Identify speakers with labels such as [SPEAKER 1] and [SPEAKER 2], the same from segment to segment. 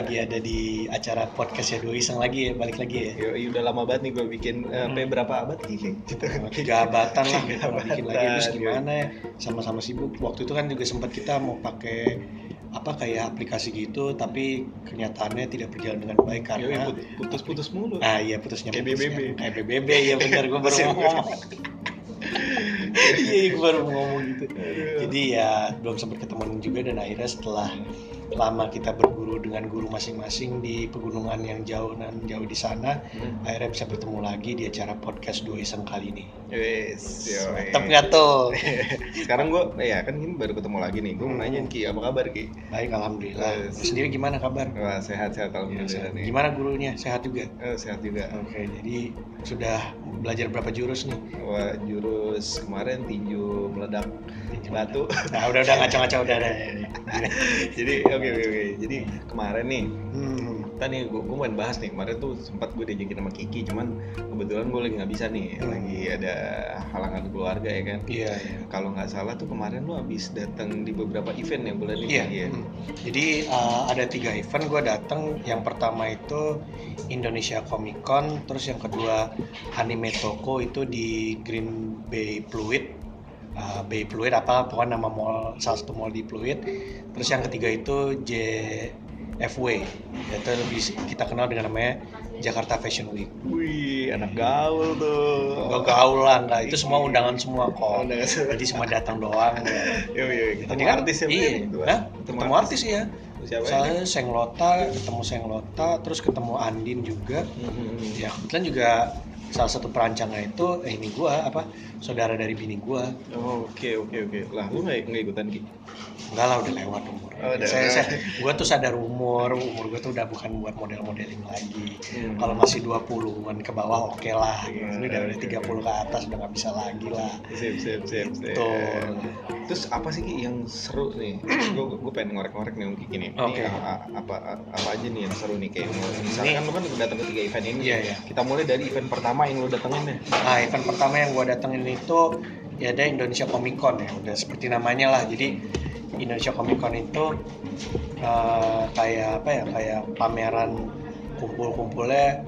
[SPEAKER 1] lagi ada di acara podcastnya Doi Iseng lagi ya, balik lagi ya.
[SPEAKER 2] Yoi, udah lama banget nih gue bikin berapa abad nih gitu.
[SPEAKER 1] 3 abatan lah
[SPEAKER 2] Tiga
[SPEAKER 1] kita bikin lagi.
[SPEAKER 2] abatan,
[SPEAKER 1] Terus gimana ya, sama-sama sibuk. Waktu itu kan juga sempat kita mau pakai kayak aplikasi gitu, tapi kenyataannya tidak berjalan dengan baik karena
[SPEAKER 2] putus-putus mulu.
[SPEAKER 1] Iya, putusnya
[SPEAKER 2] Kayak BBB.
[SPEAKER 1] Kayak BBB ya, benar, gue baru ngomong. Iya, gue baru ngomong gitu. Jadi ya belum sempat ketemuan juga, dan akhirnya setelah lama kita berguru dengan guru masing-masing di pegunungan yang jauh di sana, akhirnya bisa bertemu lagi di acara podcast Doi Iseng kali ini. Mantap nggak tuh?
[SPEAKER 2] Sekarang gue kan ini baru ketemu lagi nih. Gue mau nanya Ki, apa kabar Ki?
[SPEAKER 1] Baik, alhamdulillah. Sendiri gimana kabar?
[SPEAKER 2] Wah, sehat-sehat alhamdulillah nih.
[SPEAKER 1] Gimana gurunya? Sehat juga?
[SPEAKER 2] Sehat juga.
[SPEAKER 1] Oke, jadi sudah belajar berapa jurus nih?
[SPEAKER 2] Wah, jurus kemarin tinju meledak batu.
[SPEAKER 1] Nah, udah ngaco-ngaco udah.
[SPEAKER 2] Jadi oke. Jadi kemarin nih, nih gue main bahas nih. Kemarin tuh sempat gue diajakin sama Kiki, cuman kebetulan gue lagi nggak bisa nih, lagi ada halangan keluarga ya kan.
[SPEAKER 1] Iya.
[SPEAKER 2] Kalau nggak salah tuh kemarin lu habis datang di beberapa event yang bulan ini.
[SPEAKER 1] Iya. Jadi ada 3 event gue datang. Yang pertama itu Indonesia Comic Con, terus yang kedua Anime Toko itu di Green Bay Pluit. Bay Pluit pokoknya nama mall, salah satu mall di Pluit. Terus yang ketiga itu JFW, itu lebih kita kenal dengan namanya Jakarta Fashion Week.
[SPEAKER 2] Wih, anak gaul tuh.
[SPEAKER 1] Enggak gaul lah, enggak, itu semua undangan semua kok. Jadi cuma datang doang.
[SPEAKER 2] Ketemu artis ya?
[SPEAKER 1] Iya, ketemu artis ya. Soalnya ketemu Senglota, terus ketemu Andin juga. Ya kebetulan juga salah satu perancangnya itu ini gua saudara dari bini gua.
[SPEAKER 2] Oke. Lah lu nggak ikutan Ki?
[SPEAKER 1] Enggak lah, udah lewat umur. Gua tuh sadar umur gua tuh udah bukan buat model-modeling lagi. Kalau masih 20-an ke bawah oke lah. Ini udah 30 ke atas udah nggak bisa lagi lah.
[SPEAKER 2] Sip.
[SPEAKER 1] Tuh.
[SPEAKER 2] Terus apa sih Ki yang seru nih? Gue pengen ngorek-ngorek nih Kiki nih.
[SPEAKER 1] Oke.
[SPEAKER 2] Apa aja nih yang seru nih, kayak misalkan lu kan datang ke 3 event ini.
[SPEAKER 1] Iya.
[SPEAKER 2] Kita mulai dari event pertama yang lu datengin deh.
[SPEAKER 1] Nah, event pertama yang gua datengin itu ya ada Indonesia Comic Con ya, udah seperti namanya lah. Jadi Indonesia Comic Con itu kayak pameran kumpul-kumpulnya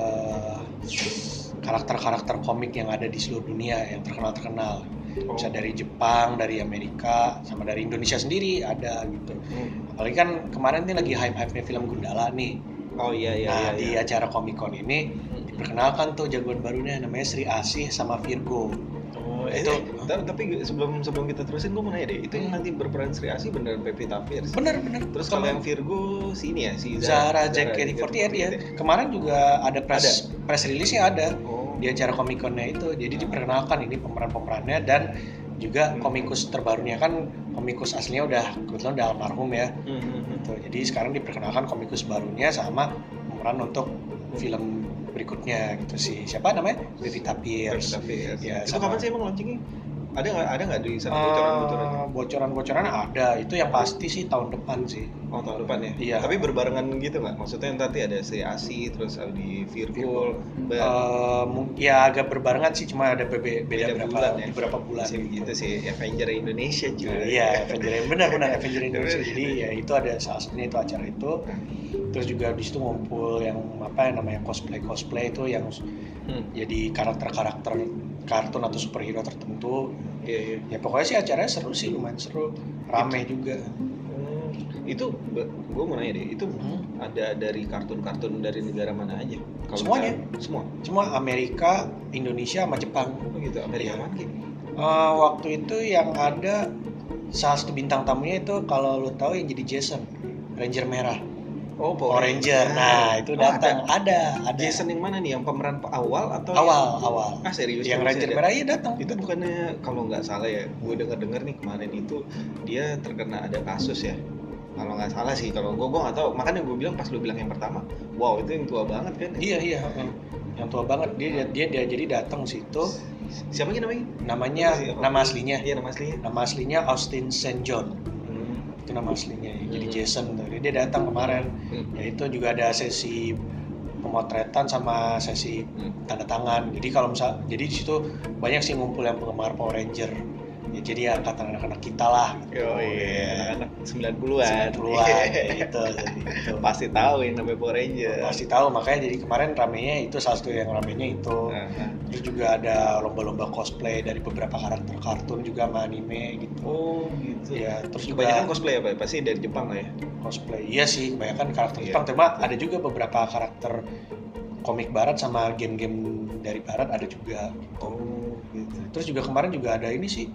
[SPEAKER 1] karakter-karakter komik yang ada di seluruh dunia yang terkenal. Bisa dari Jepang, dari Amerika, sama dari Indonesia sendiri ada gitu. Apalagi kan kemarin nih lagi hype-nya film Gundala nih.
[SPEAKER 2] Oh iya.
[SPEAKER 1] Di acara Comic Con ini diperkenalkan tuh jagoan barunya, namanya Sri Asih sama Virgo.
[SPEAKER 2] Itu tapi sebelum kita terusin, gue mau nanya deh, itu yang nanti berperan Sri Asih beneran Pevita Pierce?
[SPEAKER 1] Bener.
[SPEAKER 2] Terus kalau yang Virgo si ini ya, si
[SPEAKER 1] Zara JKT48 ya. Kemarin juga ada press release-nya ada di acara Comic Con-nya itu. Jadi diperkenalkan ini pemeran-pemerannya, dan juga komikus terbarunya. Kan komikus aslinya kebetulan udah almarhum ya. Gitu. Jadi sekarang diperkenalkan komikus barunya sama pemeran untuk film berikutnya gitu sih. Siapa namanya? Pevita Pierce. Ya,
[SPEAKER 2] itu kapan sih emang launchingnya? Ada nggak di sana bocoran?
[SPEAKER 1] Bocoran ada. Itu yang pasti sih tahun depan sih.
[SPEAKER 2] Oh, tahun depan ya? Iya. Tapi berbarengan gitu nggak? Maksudnya nanti ada si Asi, terus ada di Virgo.
[SPEAKER 1] Ya agak berbarengan sih, cuma ada beda beberapa bulan.
[SPEAKER 2] Gitu sih, Avenger Indonesia juga.
[SPEAKER 1] Iya, Avenger benar Avenger Indonesia. Jadi ya itu ada salah satunya itu acara itu. Terus juga di situ ngumpul yang namanya cosplay itu yang jadi karakter kartun atau superhero tertentu. Ya pokoknya sih acaranya seru sih, lumayan seru, rame juga.
[SPEAKER 2] Itu gue mau nanya deh, itu ada dari kartun-kartun dari negara mana aja?
[SPEAKER 1] Semuanya. Semua Amerika, Indonesia sama Jepang.
[SPEAKER 2] Gitu. Amerika mana gitu?
[SPEAKER 1] Waktu itu yang ada salah satu bintang tamunya itu, kalau lo tahu, yang jadi Jason, Ranger merah.
[SPEAKER 2] Oh,
[SPEAKER 1] Power Ranger. Nah, itu datang. Ada.
[SPEAKER 2] Jason yang mana nih? Yang pemeran awal atau
[SPEAKER 1] awal?
[SPEAKER 2] Serius?
[SPEAKER 1] Yang Ranger merah ya datang.
[SPEAKER 2] Itu bukannya, kalau nggak salah ya, gue dengar nih kemarin itu dia terkena ada kasus ya. Kalau nggak salah sih, kalau gue nggak tahu. Makanya gue bilang pas lu bilang yang pertama, wow itu yang tua banget kan?
[SPEAKER 1] Iya. Yang tua banget. Dia jadi datang situ.
[SPEAKER 2] Siapa namanya?
[SPEAKER 1] Nama aslinya.
[SPEAKER 2] Iya, nama aslinya.
[SPEAKER 1] Nama aslinya Austin St. John. Itu nama aslinya. Jadi Jason tuh. Dia datang kemarin. Ya itu juga ada sesi pemotretan sama sesi tanda tangan. Jadi di situ banyak sih ngumpul yang penggemar Power Ranger. jadi angkatan anak-anak kita lah gitu.
[SPEAKER 2] Anak-anak 90-an.
[SPEAKER 1] 90-an gitu.
[SPEAKER 2] Pasti tahu yang namanya Power Ranger.
[SPEAKER 1] Pasti tahu, makanya jadi kemarin ramenya itu salah satu yang ramenya itu. Terus juga ada lomba-lomba cosplay dari beberapa karakter kartun juga sama anime gitu.
[SPEAKER 2] Oh gitu.
[SPEAKER 1] Ya, terus
[SPEAKER 2] kebanyakan
[SPEAKER 1] juga
[SPEAKER 2] cosplay apa? Pasti dari Jepang lah ya.
[SPEAKER 1] Cosplay. Iya sih, kebanyakan karakter Jepang, cuma ada juga beberapa karakter komik barat sama game-game dari barat ada juga.
[SPEAKER 2] Oh gitu.
[SPEAKER 1] Terus juga kemarin juga ada ini sih.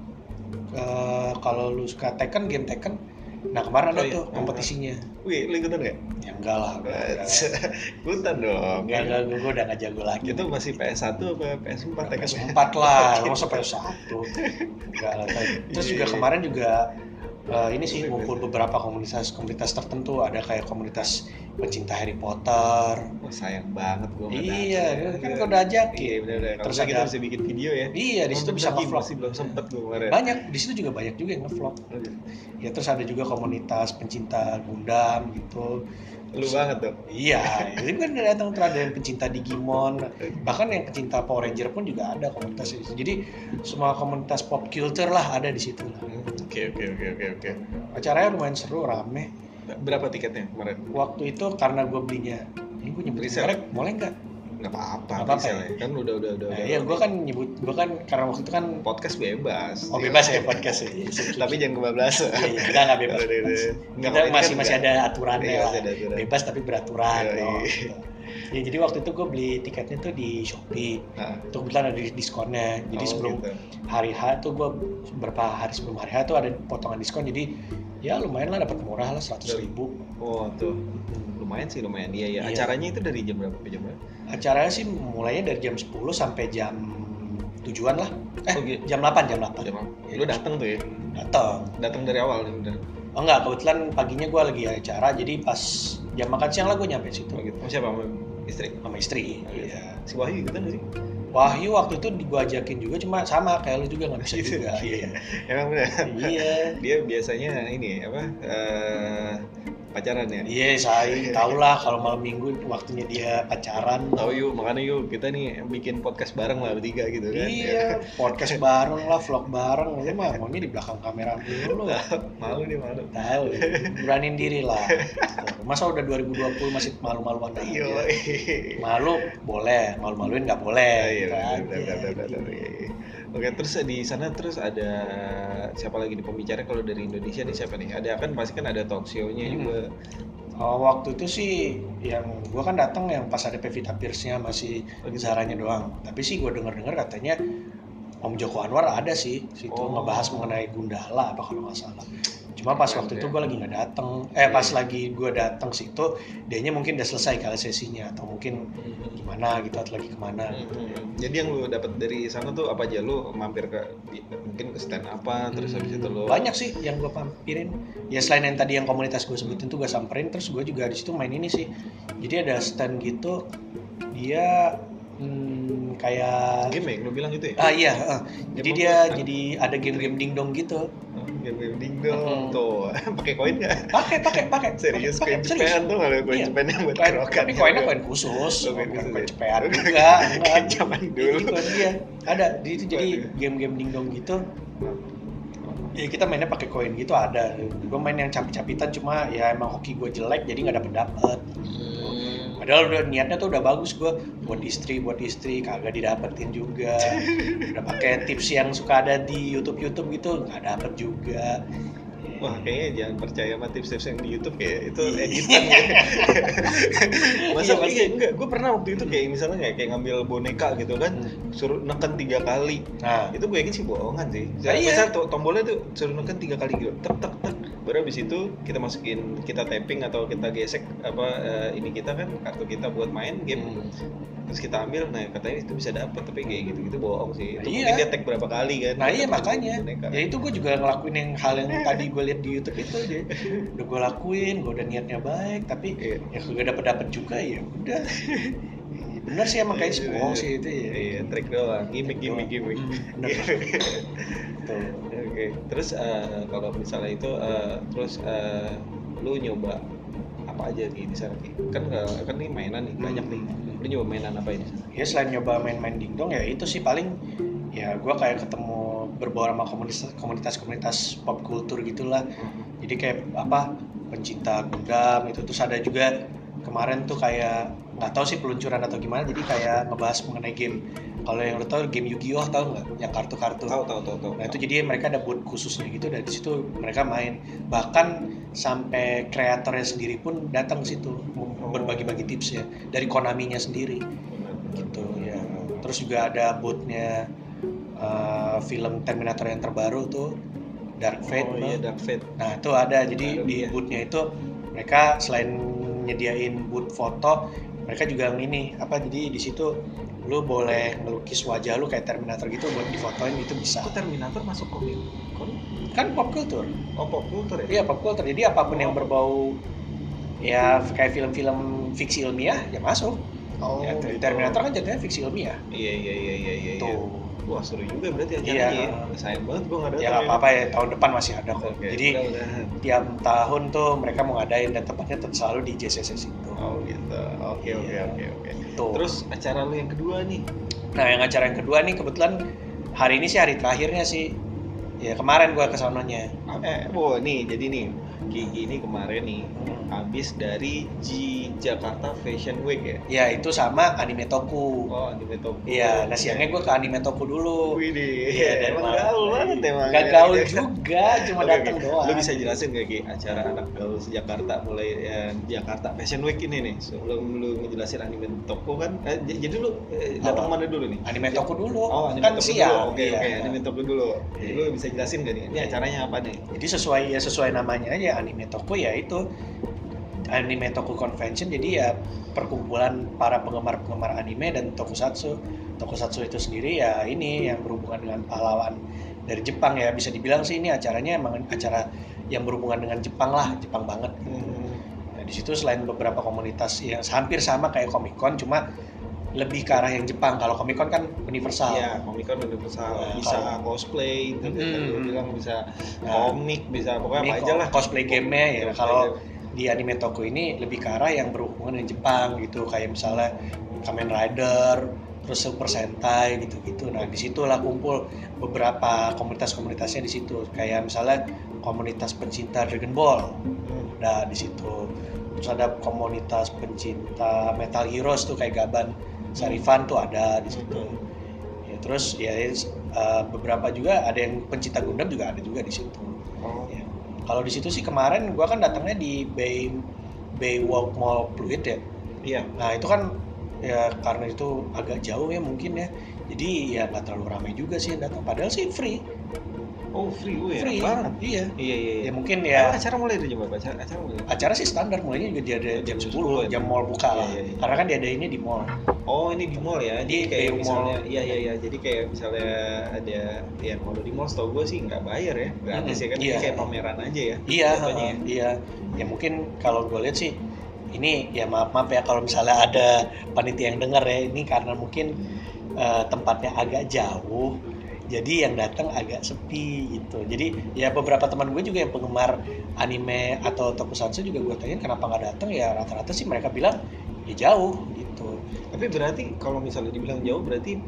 [SPEAKER 1] Kalau lu suka Tekken, game Tekken, nah kemarin ada tuh kompetisinya.
[SPEAKER 2] Wih, lu ikutan nggak?
[SPEAKER 1] Ya enggak lah.
[SPEAKER 2] Ikutan dong.
[SPEAKER 1] Enggak, gue udah nggak jago lagi.
[SPEAKER 2] Itu masih PS1 apa PS4?
[SPEAKER 1] PS4 lah, masa PS1. Enggak lah. Terus juga kemarin juga ini sih ngumpul beberapa komunitas tertentu, ada kayak komunitas pencinta Harry Potter.
[SPEAKER 2] Oh, sayang banget gue.
[SPEAKER 1] Iya, kan gue udah ajakin.
[SPEAKER 2] Iya benar.
[SPEAKER 1] Terus
[SPEAKER 2] kita bisa bikin video ya.
[SPEAKER 1] Iya, di situ bisa nge-vlog.
[SPEAKER 2] Masih belum sempet gue kemarin.
[SPEAKER 1] Banyak, di situ juga banyak juga yang nge-vlog. Ya terus ada juga komunitas pencinta Gundam gitu.
[SPEAKER 2] Lu banget dong.
[SPEAKER 1] Iya, itu kan datang terus ada yang pencinta Digimon, bahkan yang pencinta Power Ranger pun juga ada komunitas itu. Jadi semua komunitas pop culture lah ada di situ.
[SPEAKER 2] Oke.
[SPEAKER 1] Acaranya lumayan seru, rame.
[SPEAKER 2] Berapa tiketnya kemarin?
[SPEAKER 1] Waktu itu karena gue belinya, ini gue nyebut merek, boleh nggak?
[SPEAKER 2] Nggak apa-apa ya. Kan udah.
[SPEAKER 1] Iya, gue kan karena waktu itu kan
[SPEAKER 2] podcast bebas.
[SPEAKER 1] Oh bebas ya podcast ya.
[SPEAKER 2] Tapi jangan kebablasan.
[SPEAKER 1] Iya, kita nggak bebas. Kita masih ada aturannya lah. Bebas tapi beraturan. Gitu. Ya jadi waktu itu gue beli tiketnya tuh di Shopee. Itu kebetulan ada diskonnya. Jadi sebelum hari H tuh gue beberapa hari sebelum hari H tuh ada potongan diskon. Jadi ya lumayan lah, dapat murah lah 100.000.
[SPEAKER 2] Oh tuh. Lumayan. Iya. Acaranya itu dari jam berapa?
[SPEAKER 1] Acaranya sih mulainya dari jam 10 sampai jam 7-an lah. Jam 8.
[SPEAKER 2] Lu datang tuh ya? Datang dari awal nih.
[SPEAKER 1] Oh enggak, kebetulan paginya gue lagi acara, jadi pas jam makan siang lah gue nyampe situ.
[SPEAKER 2] Oh gitu. Siapa? Istri?
[SPEAKER 1] Sama istri. Iya.
[SPEAKER 2] Si Wahyu ikutan nggak sih?
[SPEAKER 1] Wahyu waktu itu gue ajakin juga, cuma sama kayak lu juga nggak bisa juga.
[SPEAKER 2] Iya. Emang benar.
[SPEAKER 1] Iya.
[SPEAKER 2] Dia biasanya ini apa? Pacaran ya?
[SPEAKER 1] Iya, saya tahu lah kalau malam minggu waktunya dia pacaran.
[SPEAKER 2] Tahu yuk, makanya yuk kita nih bikin podcast bareng lah bertiga gitu kan.
[SPEAKER 1] Iya, podcast bareng lah, vlog bareng. Lu mah maunya di belakang kamera dulu.
[SPEAKER 2] Malu.
[SPEAKER 1] Tahu, beraniin diri lah. Masa udah 2020 masih malu-maluan aja.
[SPEAKER 2] Iya.
[SPEAKER 1] Malu boleh, malu-maluin nggak boleh.
[SPEAKER 2] Iya, benar. Oke, terus di sana terus ada siapa lagi di pembicara kalau dari Indonesia nih siapa nih? Ada kan pasti kan ada talk show-nya juga.
[SPEAKER 1] Waktu itu sih yang gue kan datang yang pas ada Pevita Pierce-nya masih Zaranya doang. Tapi sih gue dengar katanya Om Joko Anwar ada sih situ ngebahas mengenai Gundala apa kalau nggak salah. Cuma pas waktu itu gue lagi nggak datang. Pas lagi gue datang situ, dianya mungkin udah selesai kali sesinya atau mungkin gimana gitu atau lagi kemana.
[SPEAKER 2] Jadi yang lu dapat dari sana tuh apa aja? Lu mampir ke mungkin ke stand apa terus habis itu lu?
[SPEAKER 1] Banyak sih yang gue pampirin. Ya selain yang tadi yang komunitas gue sebutin tuh gue samperin, terus gue juga di situ main ini sih. Jadi ada stand gitu, dia kayak
[SPEAKER 2] game yang lu bilang gitu ya?
[SPEAKER 1] Iya. Jadi dia jadi ada game-game dingdong gitu.
[SPEAKER 2] Game dingdong tuh. Pakai koin nggak?
[SPEAKER 1] Pakai.
[SPEAKER 2] Serius koin cepean tuh kalau koin cepean yang buat kerokan.
[SPEAKER 1] Tapi koinnya koin khusus. Koin cepean juga.
[SPEAKER 2] Zaman dulu.
[SPEAKER 1] Iya. Ada. Jadi game-game dingdong gitu. Ya kita mainnya pakai koin gitu ada. Gue main yang capit-capitan cuma ya emang hoki gue jelek jadi nggak dapet. Padahal udah niatnya tuh udah bagus gue buat istri kagak didapetin juga. Udah pakai tips yang suka ada di YouTube gitu nggak dapet juga.
[SPEAKER 2] Wah kayaknya jangan percaya sama tips-tips yang di YouTube kayak itu editan ya. Masa iya, enggak, gue pernah waktu itu kayak misalnya kayak ngambil boneka gitu kan, suruh neken 3 kali. Nah, itu gue yakin sih bohongan sih. Misalnya tombolnya tuh suruh neken 3 kali gitu, tek. Baru habis itu kita masukin, kita tapping atau kita gesek ini kita kan kartu kita buat main game. Terus kita ambil, nah katanya itu bisa dapet, tapi kayak gitu bohong sih. Itu mungkin dia tag berapa kali kan.
[SPEAKER 1] Nah iya makanya, ya itu gue juga ngelakuin hal yang tadi gue lihat di YouTube itu dia. Udah gue lakuin, gue udah niatnya baik, tapi ya kagak dapet juga ya udah. Bener sih emang kayak bohong sih itu ya.
[SPEAKER 2] Iya, trik doang, gimmick. Oke. Terus kalau misalnya itu terus lu nyoba apa aja nih di sana? Kan nih mainan nih banyak nih. Lu nyoba mainan apa ini?
[SPEAKER 1] Ya selain nyoba main-main dingdong ya itu sih paling ya gue kayak ketemu berbaur sama komunitas pop culture gitulah. Jadi kayak apa pencinta Gundam itu, terus ada juga kemarin tuh kayak nggak tahu sih peluncuran atau gimana, jadi kayak ngebahas mengenai game. Kalau yang lo tahu game Yu-Gi-Oh tahu nggak? Yang kartu-kartu.
[SPEAKER 2] Tahu.
[SPEAKER 1] Nah itu jadi mereka ada booth khususnya gitu, dari situ mereka main. Bahkan sampai kreatornya sendiri pun datang ke situ berbagi-bagi tips ya dari Konaminya sendiri. Gitu ya. Terus juga ada boothnya film Terminator yang terbaru tuh Dark Fate.
[SPEAKER 2] Iya, Dark Fate.
[SPEAKER 1] Nah itu ada, jadi di boothnya itu mereka selain nyediain booth foto, mereka juga ini apa, jadi di situ lu boleh ngelukis wajah lu kayak Terminator gitu buat difotoin, itu bisa.
[SPEAKER 2] Itu Terminator masuk komik?
[SPEAKER 1] Kan pop culture.
[SPEAKER 2] Oh, pop culture ya?
[SPEAKER 1] Iya, pop culture. Jadi apapun yang berbau ya kayak film-film fiksi ilmiah ya masuk.
[SPEAKER 2] Oh,
[SPEAKER 1] Ya,
[SPEAKER 2] gitu.
[SPEAKER 1] Terminator kan jadinya fiksi ilmiah.
[SPEAKER 2] Iya.
[SPEAKER 1] Tuh.
[SPEAKER 2] Wah, seru juga berarti acaranya.
[SPEAKER 1] Iya.
[SPEAKER 2] Sayang banget gua nggak ada.
[SPEAKER 1] Ya nggak apa-apa ya, tahun depan masih ada kok.
[SPEAKER 2] Oke,
[SPEAKER 1] Jadi
[SPEAKER 2] mudah-mudahan.
[SPEAKER 1] tiap tahun tuh mereka mau ngadain dan tempatnya selalu di JCC situ.
[SPEAKER 2] Oh gitu. Oke.
[SPEAKER 1] Iya. Tuh.
[SPEAKER 2] Terus acara lu yang kedua nih?
[SPEAKER 1] Nah, yang acara yang kedua nih kebetulan hari ini sih hari terakhirnya sih. Ya kemarin gua ke sononya.
[SPEAKER 2] Nih jadi nih Gigi ini kemarin nih habis dari Jakarta Fashion Week ya?
[SPEAKER 1] Ya itu sama Anime Toku.
[SPEAKER 2] Oh, Anime Toku.
[SPEAKER 1] Iya, nah siangnya gua ke Anime Toku dulu.
[SPEAKER 2] Widih,
[SPEAKER 1] Iya, dan
[SPEAKER 2] emang
[SPEAKER 1] malam.
[SPEAKER 2] gaul banget emang.
[SPEAKER 1] Gak gaul juga, cuma
[SPEAKER 2] Oke,
[SPEAKER 1] datang doang.
[SPEAKER 2] Lu bisa jelasin gak Gi acara anak gaul Jakarta mulai Jakarta Fashion Week ini nih? Sebelum lu ngejelasin Anime Toku kan, jadi lu datang mana dulu nih?
[SPEAKER 1] Anime Toku dulu.
[SPEAKER 2] Oh, Anime
[SPEAKER 1] Kan
[SPEAKER 2] Toku
[SPEAKER 1] siang.
[SPEAKER 2] dulu. Oke,
[SPEAKER 1] Iya.
[SPEAKER 2] Anime Toku dulu. Jadi
[SPEAKER 1] Iya.
[SPEAKER 2] lu bisa jelasin gak nih? Ini acaranya apa nih?
[SPEAKER 1] Jadi sesuai namanya aja Anime Toku, ya itu Anime Toku Convention. Jadi ya perkumpulan para penggemar anime dan tokusatsu. Tokusatsu itu sendiri ya ini yang berhubungan dengan pahlawan dari Jepang ya, bisa dibilang sih ini acaranya emang acara yang berhubungan dengan Jepang lah, Jepang banget. Nah, di situ selain beberapa komunitas yang hampir sama kayak Comic Con, cuma lebih ke arah yang Jepang. Kalau Comic Con kan universal.
[SPEAKER 2] Iya, Comic Con universal.
[SPEAKER 1] Nah,
[SPEAKER 2] Bisa
[SPEAKER 1] kalau-
[SPEAKER 2] cosplay, gitu
[SPEAKER 1] Mm-mm.
[SPEAKER 2] lu bilang bisa
[SPEAKER 1] Nah,
[SPEAKER 2] komik, bisa pokoknya
[SPEAKER 1] Ini
[SPEAKER 2] apa aja lah.
[SPEAKER 1] cosplay game-nya ya.
[SPEAKER 2] Cosplay
[SPEAKER 1] Kalau
[SPEAKER 2] game.
[SPEAKER 1] di Anime Toku ini lebih ke arah yang berhubungan dengan Jepang gitu, kayak misalnya Kamen Rider, terus Super Sentai gitu-gitu. Nah, disitulah kumpul beberapa komunitas-komunitasnya di situ. Kayak misalnya komunitas pencinta Dragon Ball. Nah, di situ. Terus ada komunitas pencinta Metal Heroes tuh kayak Gaban Sarifan tuh ada di situ. Ya, terus ya beberapa juga ada yang pencinta Gundam juga ada juga di situ.
[SPEAKER 2] Oh.
[SPEAKER 1] Ya. Kalau di situ sih kemarin gua kan datangnya di Baywalk Mall Pluit ya.
[SPEAKER 2] Iya.
[SPEAKER 1] Nah itu kan ya karena itu agak jauh ya mungkin ya. Jadi ya nggak terlalu ramai juga sih yang datang. Padahal sih free.
[SPEAKER 2] Oh, free gue ya.
[SPEAKER 1] Free.
[SPEAKER 2] Banget.
[SPEAKER 1] Iya.
[SPEAKER 2] Iya.
[SPEAKER 1] Ya mungkin
[SPEAKER 2] Emang
[SPEAKER 1] ya
[SPEAKER 2] acara mulai dari jam berapa? Acara mulai.
[SPEAKER 1] acara sih standar, mulainya juga dia ada jam 10,
[SPEAKER 2] 10
[SPEAKER 1] jam mall buka lah.
[SPEAKER 2] Iya.
[SPEAKER 1] Karena kan dia ada ini di mall.
[SPEAKER 2] Oh, ini di mall ya. Jadi
[SPEAKER 1] Di
[SPEAKER 2] kayak
[SPEAKER 1] Baywalk
[SPEAKER 2] misalnya
[SPEAKER 1] Mall.
[SPEAKER 2] iya. Jadi kayak misalnya ada ya kalau di mall setahu gue sih nggak bayar ya. Gratis ya kan.
[SPEAKER 1] Iya.
[SPEAKER 2] Ini kayak pameran aja ya.
[SPEAKER 1] Iya,
[SPEAKER 2] jatuhnya ya.
[SPEAKER 1] iya. Ya mungkin kalau gue lihat sih ini ya maaf ya kalau misalnya ada panitia yang dengar ya, ini karena mungkin tempatnya agak jauh. Jadi yang datang agak sepi gitu. Jadi ya beberapa teman gue juga yang penggemar anime atau tokusatsu juga gue tanyain kenapa nggak datang, ya rata-rata sih mereka bilang ya jauh gitu.
[SPEAKER 2] Tapi berarti kalau misalnya dibilang jauh berarti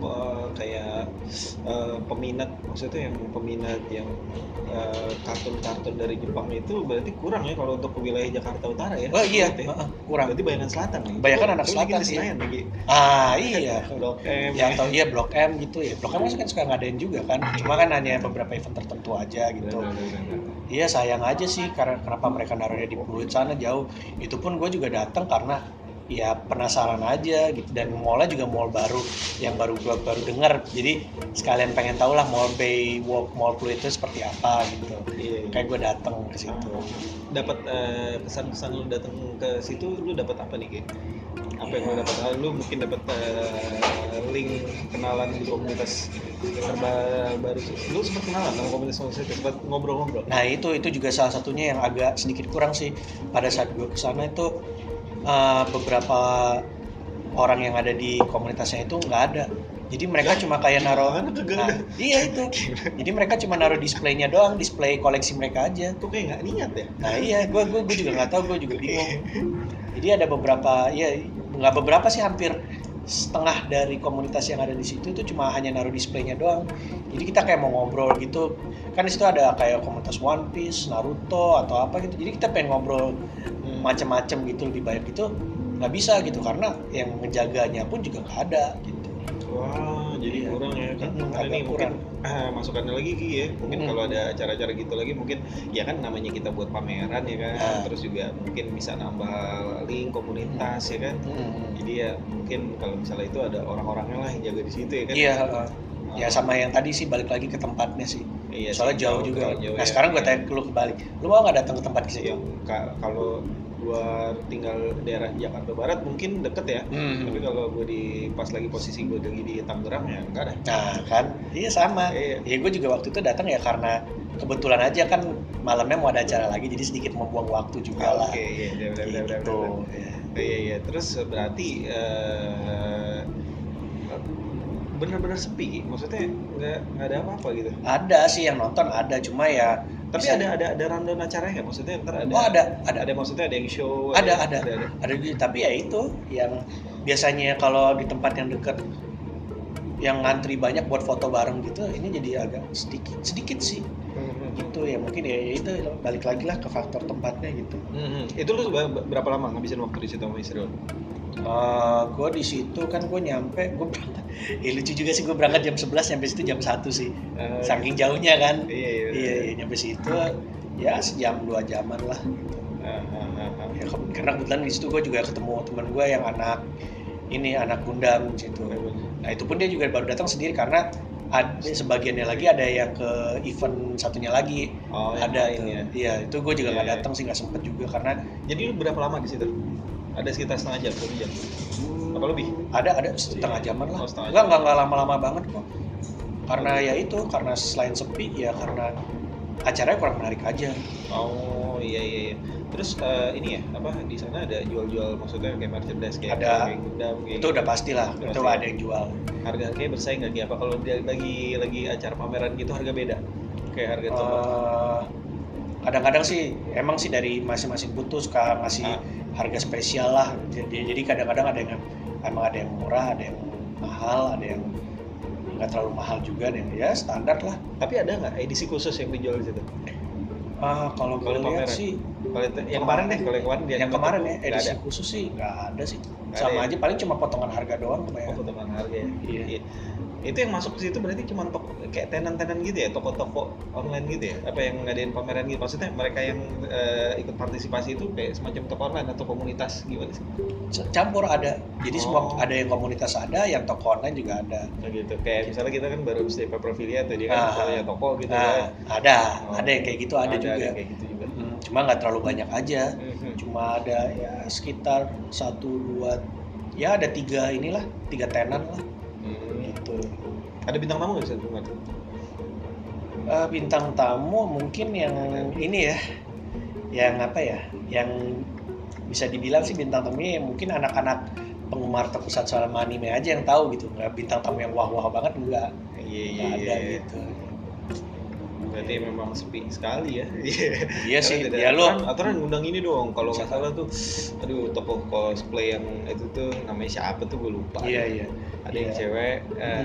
[SPEAKER 2] kayak peminat, maksudnya yang peminat yang kartun-kartun dari Jepang itu berarti kurang ya kalau untuk ke wilayah Jakarta Utara ya?
[SPEAKER 1] Oh iya,
[SPEAKER 2] Berarti ya?
[SPEAKER 1] kurang.
[SPEAKER 2] Berarti bayangan selatan nih.
[SPEAKER 1] Kebanyakan anak
[SPEAKER 2] Lu
[SPEAKER 1] selatan
[SPEAKER 2] bikin di
[SPEAKER 1] sih.
[SPEAKER 2] Senayan lagi.
[SPEAKER 1] Iya.
[SPEAKER 2] Blok M.
[SPEAKER 1] Ya atau iya Blok M gitu ya. Blok M kan suka ngadain juga kan. Cuma kan hanya beberapa event tertentu aja gitu. Iya sayang aja sih karena kenapa mereka naruhnya di Pluit sana jauh. Itu pun gue juga datang karena ya penasaran aja gitu, dan mallnya juga mall baru yang baru dengar, jadi sekalian pengen tahu lah mall Baywalk Mall Pluit itu seperti apa gitu.
[SPEAKER 2] Iya.
[SPEAKER 1] Kayak gue datang ke situ.
[SPEAKER 2] Dapat kesan-kesan lu datang ke situ, lu dapat apa nih, Ki? Apa yang lu dapat? Lu mungkin dapat link kenalan di komunitas terbaru. Lu sempat kenalan sama komunitas sempat ngobrol-ngobrol.
[SPEAKER 1] Nah itu juga salah satunya yang agak sedikit kurang sih pada saat gue kesana itu. Beberapa orang yang ada di komunitasnya itu nggak ada, jadi mereka cuma kayak naruh. Iya itu, jadi mereka cuma naruh displaynya doang, display koleksi mereka aja.
[SPEAKER 2] Tuh kayak nggak niat ya?
[SPEAKER 1] Nah iya, gue juga nggak tahu, gue juga bingung. Jadi ada beberapa, ya nggak beberapa sih, hampir setengah dari komunitas yang ada di situ itu cuma hanya naruh displaynya doang. Jadi kita kayak mau ngobrol gitu. Kan di situ ada kayak komunitas One Piece, Naruto atau apa gitu. Jadi kita pengen ngobrol macam-macam gitu, lebih banyak gitu nggak bisa gitu karena yang ngejaganya pun juga nggak ada gitu.
[SPEAKER 2] Wah, jadi kurang ya kan? Karena ini mungkin masukannya lagi Ki ya. Mungkin kalau ada acara-acara gitu lagi mungkin ya kan namanya kita buat pameran ya kan. Terus juga mungkin bisa nambah link komunitas ya kan. Jadi ya mungkin kalau misalnya itu ada orang-orangnya lah yang jaga di situ ya kan.
[SPEAKER 1] Iya, ya sama yang tadi sih balik lagi ke tempatnya sih.
[SPEAKER 2] Iya,
[SPEAKER 1] soalnya jauh juga.
[SPEAKER 2] Jauh
[SPEAKER 1] nah
[SPEAKER 2] ya,
[SPEAKER 1] sekarang gue tanya ke lu kebalik. Lu mau nggak datang ke tempat situ?
[SPEAKER 2] Kalau gua tinggal daerah Jakarta Barat mungkin deket ya, tapi kalau gue pas lagi posisi gue lagi di Tangerang ya enggak ada.
[SPEAKER 1] Nah kan, iya sama. Ya gue juga waktu itu datang ya karena kebetulan aja kan malamnya mau ada acara lagi, jadi sedikit membuang waktu juga lah.
[SPEAKER 2] Oke, iya, benar. Iya. Terus berarti benar-benar sepi, maksudnya nggak ada apa-apa gitu.
[SPEAKER 1] Ada sih yang nonton, ada cuma ya.
[SPEAKER 2] Tapi ada rundown acaranya nggak? Maksudnya ntar ada.
[SPEAKER 1] Oh ada.
[SPEAKER 2] Maksudnya ada yang show.
[SPEAKER 1] Ada. Tapi ya itu yang biasanya kalau di tempat yang dekat yang ngantri banyak buat foto bareng gitu, ini jadi agak sedikit sih. Gitu ya mungkin ya itu balik lagi lah ke faktor tempatnya gitu.
[SPEAKER 2] Itu lu berapa lama ngabisin waktu di situ sama istri lu?
[SPEAKER 1] Gue di situ kan gue nyampe, gue berangkat. Lucu juga sih, gue berangkat jam 11 nyampe situ jam 1 sih. Saking jauhnya kan. Iya, nyampe situ ya sejam 2 jaman lah. Ya, karena kebetulan di situ gue juga ketemu teman gue yang anak Gundam di situ. Nah itu pun dia juga baru datang sendiri karena ada sebagiannya lagi ada yang ke event satunya lagi. Ada ini ya. Iya, itu gue juga nggak datang sih, nggak sempet juga karena.
[SPEAKER 2] Jadi lu berapa lama di situ? Ada sekitar setengah jam, 1 jam. Apa lebih?
[SPEAKER 1] Ada setengah jaman lah. Enggak lama-lama banget kok. Karena ya itu, karena selain sepi ya karena acaranya kurang menarik aja.
[SPEAKER 2] Oh iya. Terus ini ya, apa di sana ada jual-jual maksudnya kayak merchandise kayak Gundam kayak
[SPEAKER 1] itu udah pastilah, itu ada yang jual.
[SPEAKER 2] Harganya bersaing nggak kayak apa kalau dia lagi acara pameran gitu harga beda? Kayak harga toko?
[SPEAKER 1] Kadang-kadang sih emang sih dari masing-masing butuh suka ngasih harga spesial lah. Jadi kadang-kadang ada yang murah, ada yang mahal, ada yang nggak terlalu mahal juga, dan ya standar lah.
[SPEAKER 2] Tapi ada nggak edisi khusus yang dijual di situ?
[SPEAKER 1] Kalau lihat sih
[SPEAKER 2] yang kemarin
[SPEAKER 1] ya edisi khusus sih nggak ada sih. Sama aja paling cuma potongan harga doang ya.
[SPEAKER 2] Potongan harga ya.
[SPEAKER 1] Iya.
[SPEAKER 2] Itu yang masuk ke situ berarti cuma kayak tenan-tenan gitu ya, toko-toko online gitu ya, apa yang ngadain pameran gitu, maksudnya mereka yang ikut partisipasi itu kayak semacam toko online atau komunitas gimana sih?
[SPEAKER 1] Campur ada, jadi semua ada yang komunitas ada, yang toko online juga ada.
[SPEAKER 2] Gitu, kayak misalnya kita kan baru bisa Paprofilia atau dia kan misalnya toko gitu kan.
[SPEAKER 1] Ada yang kayak gitu ada juga.
[SPEAKER 2] Ada kayak gitu juga.
[SPEAKER 1] Cuma nggak terlalu banyak aja, cuma ada ya sekitar 1, 2, ya ada 3 tenan lah. Gitu.
[SPEAKER 2] Ada bintang tamu nggak bisa
[SPEAKER 1] bintang tamu mungkin yang ini ya, yang apa ya, yang bisa dibilang sih bintang tamunya mungkin anak-anak penggemar Tokusatsu sama anime aja yang tahu gitu. Nggak bintang tamu yang wah banget, enggak.
[SPEAKER 2] Iya
[SPEAKER 1] gitu.
[SPEAKER 2] Berarti memang sepi sekali ya.
[SPEAKER 1] Iya sih.
[SPEAKER 2] Ya lu aturan ngundang ini dong. Kalau nggak salah tuh, aduh tokoh cosplay yang itu tuh namanya siapa tuh gue lupa.
[SPEAKER 1] Iya.
[SPEAKER 2] Ada yang cewek.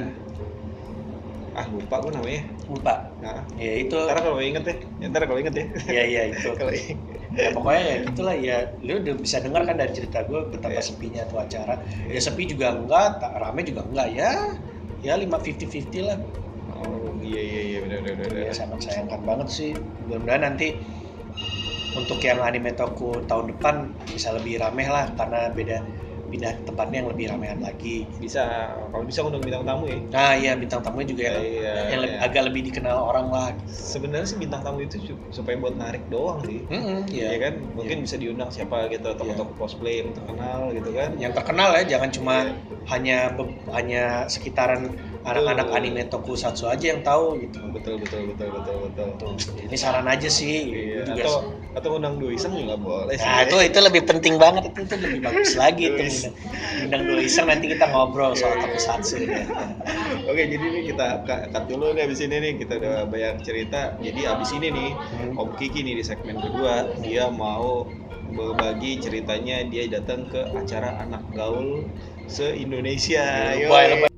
[SPEAKER 2] Lupa gue namanya.
[SPEAKER 1] Lupa. Nah, ya itu.
[SPEAKER 2] Ntar kalau inget ya.
[SPEAKER 1] Iya itu. Ya pokoknya ya gitulah ya. Lu udah bisa dengar kan dari cerita gue betapa sepinya tuh acara. Ya sepi juga enggak, rame juga enggak ya. Ya 50-50 lah.
[SPEAKER 2] Oh iya benar.
[SPEAKER 1] Ya sangat sayangkan banget sih. Mudah-mudahan nanti untuk yang anime toku tahun depan bisa lebih ramai lah, karena pindah tempatnya yang lebih ramean lagi.
[SPEAKER 2] Kalau bisa ngundang bintang tamu ya.
[SPEAKER 1] Nah iya, bintang tamunya juga yang agak lebih dikenal orang lah.
[SPEAKER 2] Sebenarnya sih bintang tamu itu supaya buat narik doang sih. Iya kan, mungkin bisa diundang siapa gitu, tokoh-tokoh cosplay yang terkenal gitu kan. Yang
[SPEAKER 1] terkenal ya, jangan cuma hanya sekitaran anak-anak anime tokusatsu aja yang tahu gitu.
[SPEAKER 2] Betul.
[SPEAKER 1] Ini saran aja sih.
[SPEAKER 2] Atau undang Doiseng juga boleh sih.
[SPEAKER 1] Nah itu lebih penting banget, itu lebih bagus lagi tuh. Undang Doiseng, nanti kita ngobrol soal tokusatsu ya.
[SPEAKER 2] Oke, jadi ini kita cut dulu nih abis ini nih, kita udah banyak cerita. Jadi abis ini nih Om Kiki nih di segmen kedua dia mau berbagi ceritanya, dia datang ke acara anak gaul se-Indonesia.
[SPEAKER 1] Lebay